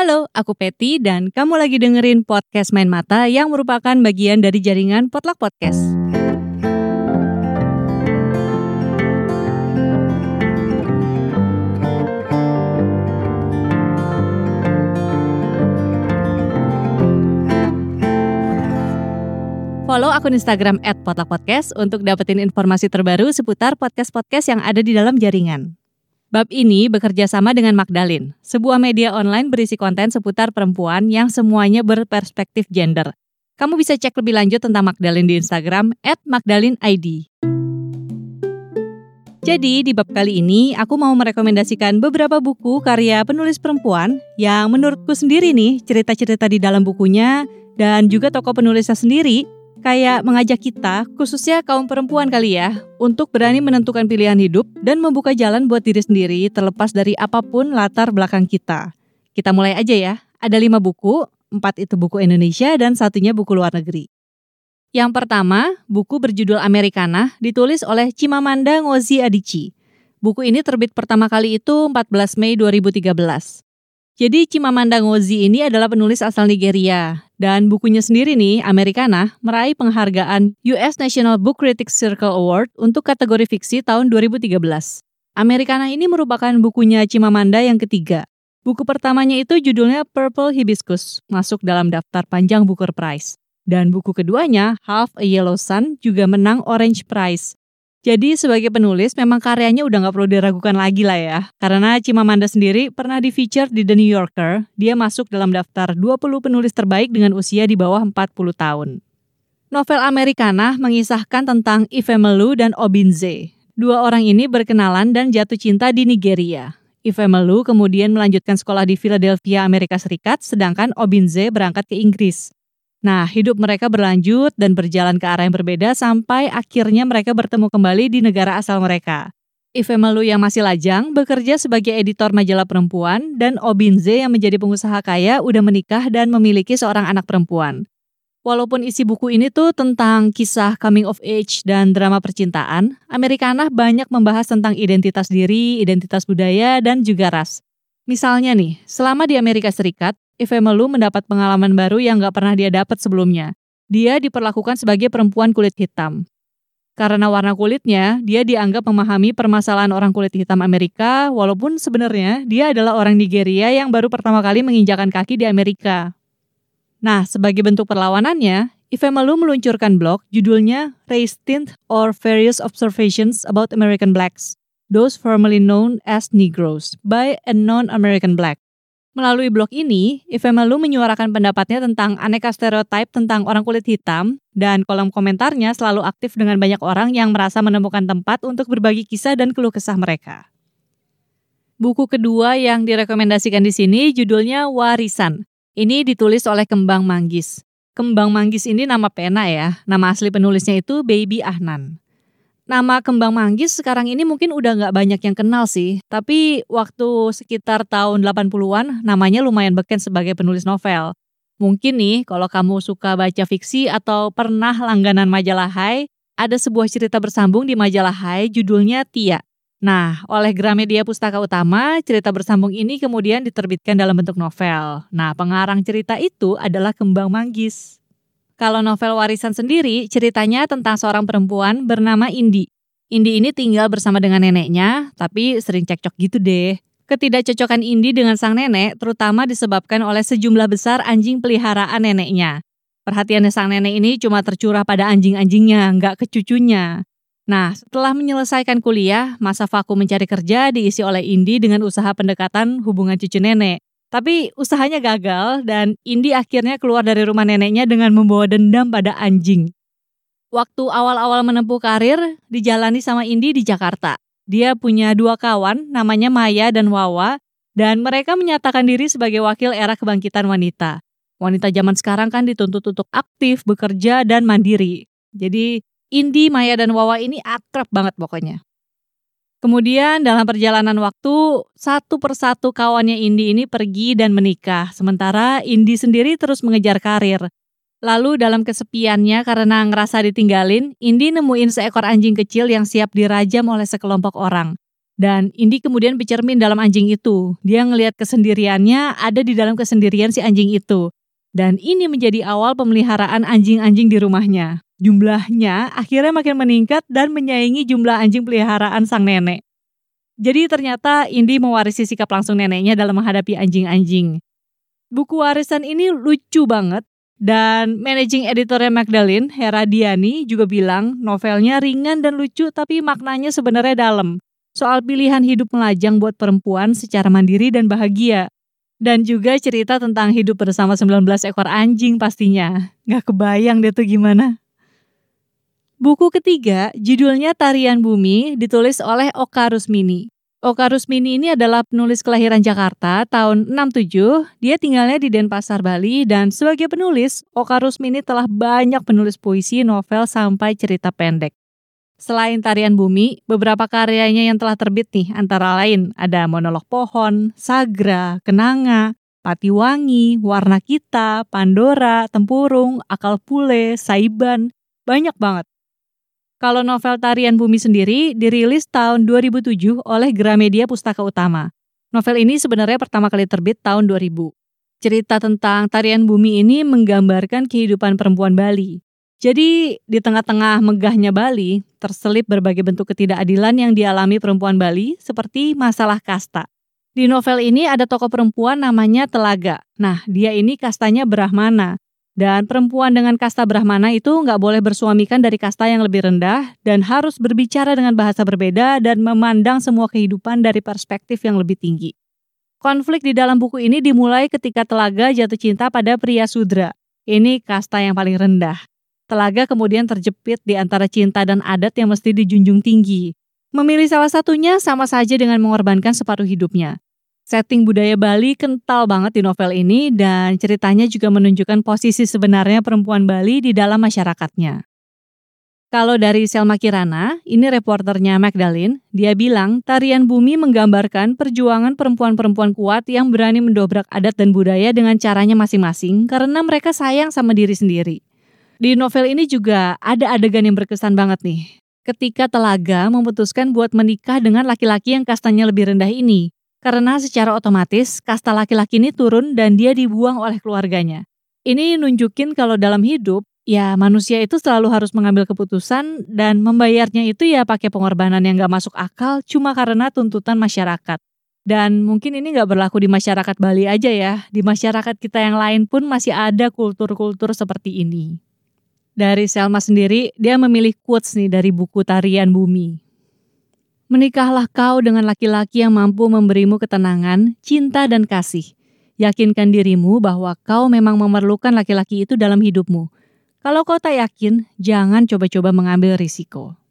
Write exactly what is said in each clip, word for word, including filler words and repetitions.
Halo, aku Peti dan kamu lagi dengerin podcast Main Mata yang merupakan bagian dari jaringan Potluck Podcast. Follow akun Instagram et potluck podcast untuk dapetin informasi terbaru seputar podcast-podcast yang ada di dalam jaringan. Bab ini bekerja sama dengan Magdalene, sebuah media online berisi konten seputar perempuan yang semuanya berperspektif gender. Kamu bisa cek lebih lanjut tentang Magdalene di Instagram et magdalene i d. Jadi di bab kali ini aku mau merekomendasikan beberapa buku karya penulis perempuan yang menurutku sendiri nih cerita-cerita di dalam bukunya dan juga tokoh penulisnya sendiri kayak mengajak kita, khususnya kaum perempuan kali ya, untuk berani menentukan pilihan hidup dan membuka jalan buat diri sendiri terlepas dari apapun latar belakang kita. Kita mulai aja ya, ada lima buku, empat itu buku Indonesia dan satunya buku luar negeri. Yang pertama, buku berjudul Americana, ditulis oleh Chimamanda Ngozi Adichie. Buku ini terbit pertama kali itu empat belas Mei dua ribu tiga belas. Jadi Chimamanda Ngozi ini adalah penulis asal Nigeria. Dan bukunya sendiri nih, Americana, meraih penghargaan U S National Book Critics Circle Award untuk kategori fiksi tahun dua ribu tiga belas. Americana ini merupakan bukunya Chimamanda yang ketiga. Buku pertamanya itu judulnya Purple Hibiscus, masuk dalam daftar panjang Booker Prize. Dan buku keduanya, Half a Yellow Sun, juga menang Orange Prize. Jadi sebagai penulis memang karyanya udah gak perlu diragukan lagi lah ya. Karena Chimamanda sendiri pernah di-feature di The New Yorker, dia masuk dalam daftar dua puluh penulis terbaik dengan usia di bawah empat puluh tahun. Novel Americana mengisahkan tentang Ifemelu dan Obinze. Dua orang ini berkenalan dan jatuh cinta di Nigeria. Ifemelu kemudian melanjutkan sekolah di Philadelphia, Amerika Serikat, sedangkan Obinze berangkat ke Inggris. Nah, hidup mereka berlanjut dan berjalan ke arah yang berbeda sampai akhirnya mereka bertemu kembali di negara asal mereka. Ifemelu yang masih lajang bekerja sebagai editor majalah perempuan dan Obinze yang menjadi pengusaha kaya udah menikah dan memiliki seorang anak perempuan. Walaupun isi buku ini tuh tentang kisah coming of age dan drama percintaan, Americana banyak membahas tentang identitas diri, identitas budaya, dan juga ras. Misalnya nih, selama di Amerika Serikat, Ifemelu mendapat pengalaman baru yang gak pernah dia dapat sebelumnya. Dia diperlakukan sebagai perempuan kulit hitam. Karena warna kulitnya, dia dianggap memahami permasalahan orang kulit hitam Amerika, walaupun sebenarnya dia adalah orang Nigeria yang baru pertama kali menginjakan kaki di Amerika. Nah, sebagai bentuk perlawanannya, Ifemelu meluncurkan blog judulnya Race Tint or Various Observations About American Blacks, Those Formerly Known as Negroes, by a Non-American Black. Melalui blog ini, Ifemelu menyuarakan pendapatnya tentang aneka stereotip tentang orang kulit hitam, dan kolom komentarnya selalu aktif dengan banyak orang yang merasa menemukan tempat untuk berbagi kisah dan keluh kesah mereka. Buku kedua yang direkomendasikan di sini judulnya Warisan. Ini ditulis oleh Kembang Manggis. Kembang Manggis ini nama pena ya, nama asli penulisnya itu Baby Ahnan. Nama Kembang Manggis sekarang ini mungkin udah gak banyak yang kenal sih, tapi waktu sekitar tahun delapan puluhan namanya lumayan beken sebagai penulis novel. Mungkin nih kalau kamu suka baca fiksi atau pernah langganan majalah Hai, ada sebuah cerita bersambung di majalah Hai judulnya Tia. Nah, oleh Gramedia Pustaka Utama, cerita bersambung ini kemudian diterbitkan dalam bentuk novel. Nah, pengarang cerita itu adalah Kembang Manggis. Kalau novel Warisan sendiri, ceritanya tentang seorang perempuan bernama Indi. Indi ini tinggal bersama dengan neneknya, tapi sering cekcok gitu deh. Ketidakcocokan Indi dengan sang nenek terutama disebabkan oleh sejumlah besar anjing peliharaan neneknya. Perhatiannya sang nenek ini cuma tercurah pada anjing-anjingnya, nggak ke cucunya. Nah, setelah menyelesaikan kuliah, masa vakum mencari kerja diisi oleh Indi dengan usaha pendekatan hubungan cucu nenek. Tapi usahanya gagal dan Indi akhirnya keluar dari rumah neneknya dengan membawa dendam pada anjing. Waktu awal-awal menempuh karir, dijalani sama Indi di Jakarta. Dia punya dua kawan, namanya Maya dan Wawa, dan mereka menyatakan diri sebagai wakil era kebangkitan wanita. Wanita zaman sekarang kan dituntut untuk aktif, bekerja, dan mandiri. Jadi Indi, Maya, dan Wawa ini akrab banget pokoknya. Kemudian dalam perjalanan waktu, satu persatu kawannya Indi ini pergi dan menikah. Sementara Indi sendiri terus mengejar karir. Lalu dalam kesepiannya karena ngerasa ditinggalin, Indi nemuin seekor anjing kecil yang siap dirajam oleh sekelompok orang. Dan Indi kemudian bercermin dalam anjing itu. Dia ngelihat kesendiriannya ada di dalam kesendirian si anjing itu. Dan ini menjadi awal pemeliharaan anjing-anjing di rumahnya. Jumlahnya akhirnya makin meningkat dan menyaingi jumlah anjing peliharaan sang nenek. Jadi ternyata Indi mewarisi sikap langsung neneknya dalam menghadapi anjing-anjing. Buku warisan ini lucu banget. Dan managing editornya Magdalene, Hera Diani, juga bilang novelnya ringan dan lucu tapi maknanya sebenarnya dalam. Soal pilihan hidup melajang buat perempuan secara mandiri dan bahagia. Dan juga cerita tentang hidup bersama sembilan belas ekor anjing pastinya. Gak kebayang deh tuh gimana. Buku ketiga judulnya Tarian Bumi ditulis oleh Oka Rusmini. Oka Rusmini ini adalah penulis kelahiran Jakarta tahun enam puluh tujuh. Dia tinggalnya di Denpasar, Bali, dan sebagai penulis, Oka Rusmini telah banyak penulis puisi, novel, sampai cerita pendek. Selain Tarian Bumi, beberapa karyanya yang telah terbit nih, antara lain ada Monolog Pohon, Sagra, Kenanga, Patiwangi, Warna Kita, Pandora, Tempurung, Akal Pule, Saiban, banyak banget. Kalau novel Tarian Bumi sendiri dirilis tahun dua ribu tujuh oleh Gramedia Pustaka Utama. Novel ini sebenarnya pertama kali terbit tahun dua ribu. Cerita tentang Tarian Bumi ini menggambarkan kehidupan perempuan Bali. Jadi di tengah-tengah megahnya Bali, terselip berbagai bentuk ketidakadilan yang dialami perempuan Bali seperti masalah kasta. Di novel ini ada tokoh perempuan namanya Telaga. Nah, dia ini kastanya Brahmana. Dan perempuan dengan kasta Brahmana itu nggak boleh bersuamikan dari kasta yang lebih rendah dan harus berbicara dengan bahasa berbeda dan memandang semua kehidupan dari perspektif yang lebih tinggi. Konflik di dalam buku ini dimulai ketika Telaga jatuh cinta pada pria Sudra. Ini kasta yang paling rendah. Telaga kemudian terjepit di antara cinta dan adat yang mesti dijunjung tinggi. Memilih salah satunya sama saja dengan mengorbankan separuh hidupnya. Setting budaya Bali kental banget di novel ini dan ceritanya juga menunjukkan posisi sebenarnya perempuan Bali di dalam masyarakatnya. Kalau dari Selma Kirana, ini reporternya Magdalene, dia bilang Tarian Bumi menggambarkan perjuangan perempuan-perempuan kuat yang berani mendobrak adat dan budaya dengan caranya masing-masing karena mereka sayang sama diri sendiri. Di novel ini juga ada adegan yang berkesan banget nih. Ketika Telaga memutuskan buat menikah dengan laki-laki yang kastanya lebih rendah ini. Karena secara otomatis kasta laki-laki ini turun dan dia dibuang oleh keluarganya. Ini nunjukin kalau dalam hidup, ya manusia itu selalu harus mengambil keputusan dan membayarnya itu ya pakai pengorbanan yang gak masuk akal cuma karena tuntutan masyarakat. Dan mungkin ini gak berlaku di masyarakat Bali aja ya. Di masyarakat kita yang lain pun masih ada kultur-kultur seperti ini. Dari Selma sendiri, dia memilih quotes nih dari buku Tarian Bumi. Menikahlah kau dengan laki-laki yang mampu memberimu ketenangan, cinta dan kasih. Yakinkan dirimu bahwa kau memang memerlukan laki-laki itu dalam hidupmu. Kalau kau tak yakin, jangan coba-coba mengambil risiko.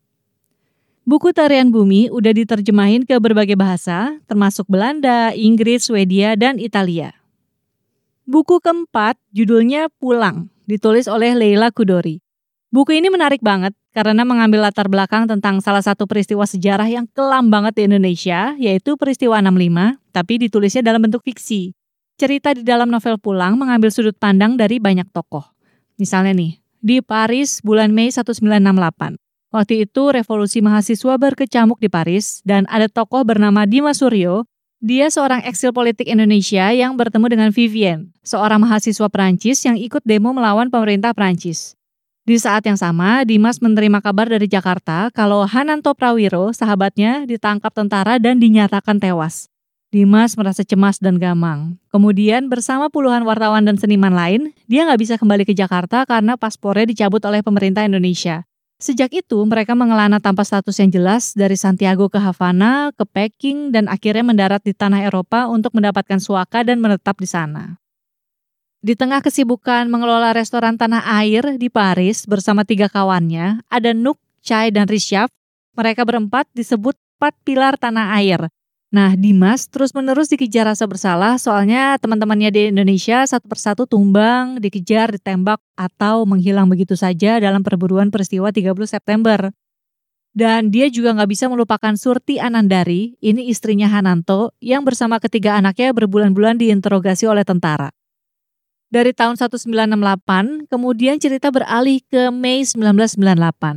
Buku Tarian Bumi udah diterjemahin ke berbagai bahasa, termasuk Belanda, Inggris, Swedia, dan Italia. Buku keempat judulnya Pulang. Ditulis oleh Leila Kudori. Buku ini menarik banget karena mengambil latar belakang tentang salah satu peristiwa sejarah yang kelam banget di Indonesia, yaitu peristiwa enam puluh lima, tapi ditulisnya dalam bentuk fiksi. Cerita di dalam novel Pulang mengambil sudut pandang dari banyak tokoh. Misalnya nih, di Paris bulan Mei seribu sembilan ratus enam puluh delapan. Waktu itu revolusi mahasiswa berkecamuk di Paris dan ada tokoh bernama Dimas Suryo. Dia seorang eksil politik Indonesia yang bertemu dengan Vivienne, seorang mahasiswa Prancis yang ikut demo melawan pemerintah Prancis. Di saat yang sama, Dimas menerima kabar dari Jakarta kalau Hananto Prawiro, sahabatnya, ditangkap tentara dan dinyatakan tewas. Dimas merasa cemas dan gamang. Kemudian bersama puluhan wartawan dan seniman lain, dia nggak bisa kembali ke Jakarta karena paspornya dicabut oleh pemerintah Indonesia. Sejak itu, mereka mengelana tanpa status yang jelas dari Santiago ke Havana, ke Peking, dan akhirnya mendarat di tanah Eropa untuk mendapatkan suaka dan menetap di sana. Di tengah kesibukan mengelola restoran tanah air di Paris bersama tiga kawannya, ada Nouk, Chai, dan Rishabh. Mereka berempat disebut empat pilar tanah air. Nah, Dimas terus-menerus dikejar rasa bersalah soalnya teman-temannya di Indonesia satu persatu tumbang, dikejar, ditembak, atau menghilang begitu saja dalam perburuan peristiwa tiga puluh September. Dan dia juga nggak bisa melupakan Surti Anandari, ini istrinya Hananto, yang bersama ketiga anaknya berbulan-bulan diinterogasi oleh tentara. Dari tahun seribu sembilan ratus enam puluh delapan, kemudian cerita beralih ke Mei seribu sembilan ratus sembilan puluh delapan.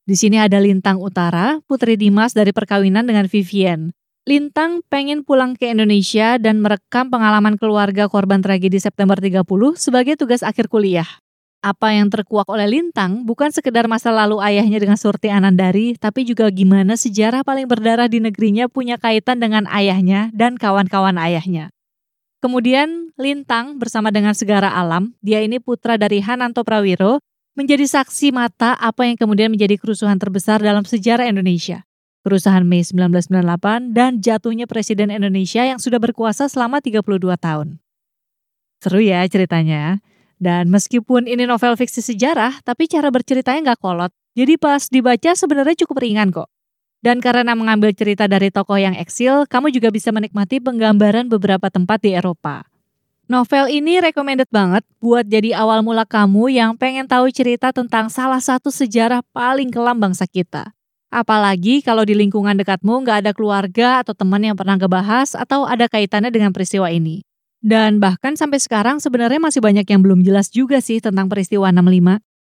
Di sini ada Lintang Utara, putri Dimas dari perkawinan dengan Vivian. Lintang pengen pulang ke Indonesia dan merekam pengalaman keluarga korban tragedi September tiga puluh sebagai tugas akhir kuliah. Apa yang terkuak oleh Lintang bukan sekedar masa lalu ayahnya dengan Surti Anandari, tapi juga gimana sejarah paling berdarah di negerinya punya kaitan dengan ayahnya dan kawan-kawan ayahnya. Kemudian Lintang bersama dengan Segara Alam, dia ini putra dari Hananto Prawiro, menjadi saksi mata apa yang kemudian menjadi kerusuhan terbesar dalam sejarah Indonesia. Kerusuhan Mei seribu sembilan ratus sembilan puluh delapan dan jatuhnya Presiden Indonesia yang sudah berkuasa selama tiga puluh dua tahun. Seru ya ceritanya. Dan meskipun ini novel fiksi sejarah, tapi cara berceritanya nggak kolot. Jadi pas dibaca sebenarnya cukup ringan kok. Dan karena mengambil cerita dari tokoh yang eksil, kamu juga bisa menikmati penggambaran beberapa tempat di Eropa. Novel ini recommended banget buat jadi awal mula kamu yang pengen tahu cerita tentang salah satu sejarah paling kelam bangsa kita. Apalagi kalau di lingkungan dekatmu nggak ada keluarga atau teman yang pernah ngebahas atau ada kaitannya dengan peristiwa ini. Dan bahkan sampai sekarang sebenarnya masih banyak yang belum jelas juga sih tentang peristiwa enam puluh lima.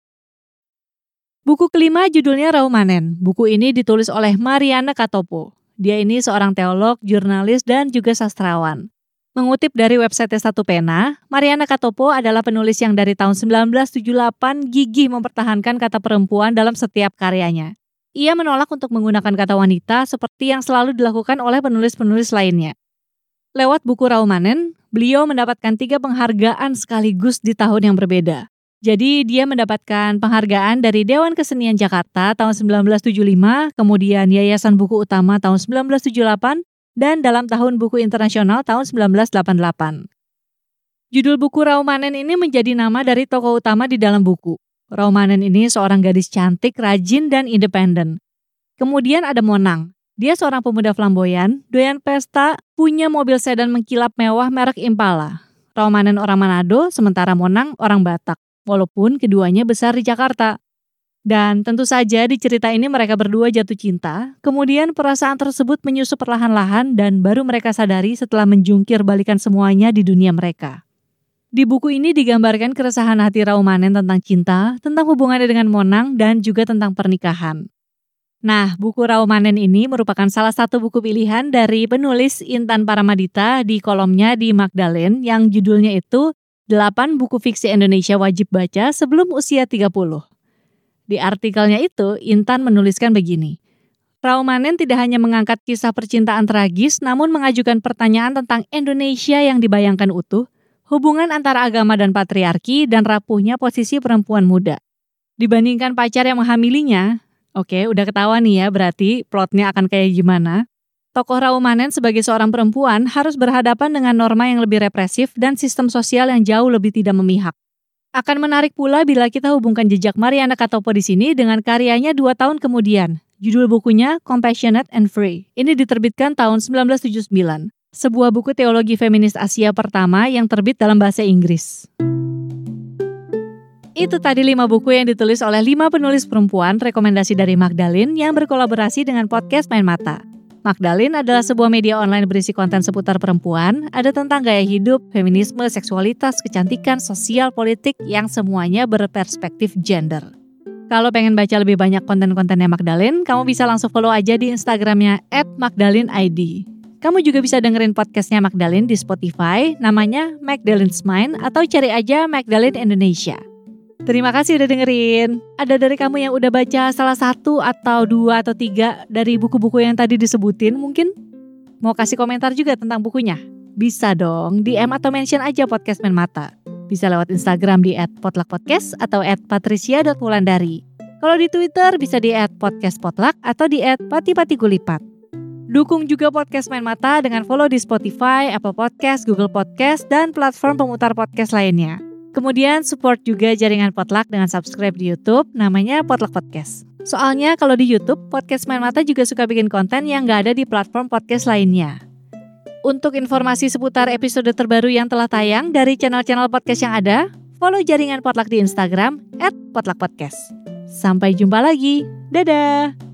Buku kelima judulnya Raumanen. Buku ini ditulis oleh Mariana Katopo. Dia ini seorang teolog, jurnalis, dan juga sastrawan. Mengutip dari website Satu Pena, Mariana Katopo adalah penulis yang dari tahun seribu sembilan ratus tujuh puluh delapan gigih mempertahankan kata perempuan dalam setiap karyanya. Ia menolak untuk menggunakan kata wanita seperti yang selalu dilakukan oleh penulis-penulis lainnya. Lewat buku Raumanen, beliau mendapatkan tiga penghargaan sekaligus di tahun yang berbeda. Jadi dia mendapatkan penghargaan dari Dewan Kesenian Jakarta tahun seribu sembilan ratus tujuh puluh lima, kemudian Yayasan Buku Utama tahun seribu sembilan ratus tujuh puluh delapan, dan dalam Tahun Buku Internasional tahun seribu sembilan ratus delapan puluh delapan. Judul buku Raumanen ini menjadi nama dari tokoh utama di dalam buku. Raumanen ini seorang gadis cantik, rajin, dan independen. Kemudian ada Monang. Dia seorang pemuda flamboyan, doyan pesta, punya mobil sedan mengkilap mewah merek Impala. Raumanen orang Manado, sementara Monang orang Batak, walaupun keduanya besar di Jakarta. Dan tentu saja di cerita ini mereka berdua jatuh cinta, kemudian perasaan tersebut menyusup perlahan-lahan dan baru mereka sadari setelah menjungkir balikan semuanya di dunia mereka. Di buku ini digambarkan keresahan hati Raumanen tentang cinta, tentang hubungannya dengan Monang, dan juga tentang pernikahan. Nah, buku Raumanen ini merupakan salah satu buku pilihan dari penulis Intan Paramadita di kolomnya di Magdalene yang judulnya itu delapan Buku Fiksi Indonesia Wajib Baca Sebelum Usia tiga puluh. Di artikelnya itu, Intan menuliskan begini. Raumanen tidak hanya mengangkat kisah percintaan tragis, namun mengajukan pertanyaan tentang Indonesia yang dibayangkan utuh, hubungan antara agama dan patriarki, dan rapuhnya posisi perempuan muda. Dibandingkan pacar yang menghamilinya, oke udah ketahuan nih ya berarti plotnya akan kayak gimana. Tokoh Raumanen sebagai seorang perempuan harus berhadapan dengan norma yang lebih represif dan sistem sosial yang jauh lebih tidak memihak. Akan menarik pula bila kita hubungkan jejak Mariana Katopo di sini dengan karyanya dua tahun kemudian. Judul bukunya Compassionate and Free. Ini diterbitkan tahun seribu sembilan ratus tujuh puluh sembilan. Sebuah buku teologi feminis Asia pertama yang terbit dalam bahasa Inggris. Itu tadi lima buku yang ditulis oleh lima penulis perempuan rekomendasi dari Magdalene yang berkolaborasi dengan podcast Main Mata. Magdalene adalah sebuah media online berisi konten seputar perempuan, ada tentang gaya hidup, feminisme, seksualitas, kecantikan, sosial, politik yang semuanya berperspektif gender. Kalau pengen baca lebih banyak konten-kontennya Magdalene, kamu bisa langsung follow aja di Instagramnya at magdalene i d. Kamu juga bisa dengerin podcastnya Magdalene di Spotify, namanya Magdalene's Mind, atau cari aja Magdalene Indonesia. Terima kasih udah dengerin. Ada dari kamu yang udah baca salah satu atau dua atau tiga dari buku-buku yang tadi disebutin mungkin? Mau kasih komentar juga tentang bukunya? Bisa dong, D M atau mention aja podcast Main Mata. Bisa lewat Instagram di at potluckpodcast atau at patricia dot wulandari. Kalau di Twitter bisa di at podcastpotluck atau di at patipatigulipat. Dukung juga podcast Main Mata dengan follow di Spotify, Apple Podcast, Google Podcast, dan platform pemutar podcast lainnya. Kemudian support juga jaringan Potluck dengan subscribe di YouTube, namanya Potluck Podcast. Soalnya kalau di YouTube, podcast Main Mata juga suka bikin konten yang gak ada di platform podcast lainnya. Untuk informasi seputar episode terbaru yang telah tayang dari channel-channel podcast yang ada, follow jaringan Potluck di Instagram at potluckpodcast. Sampai jumpa lagi, dadah!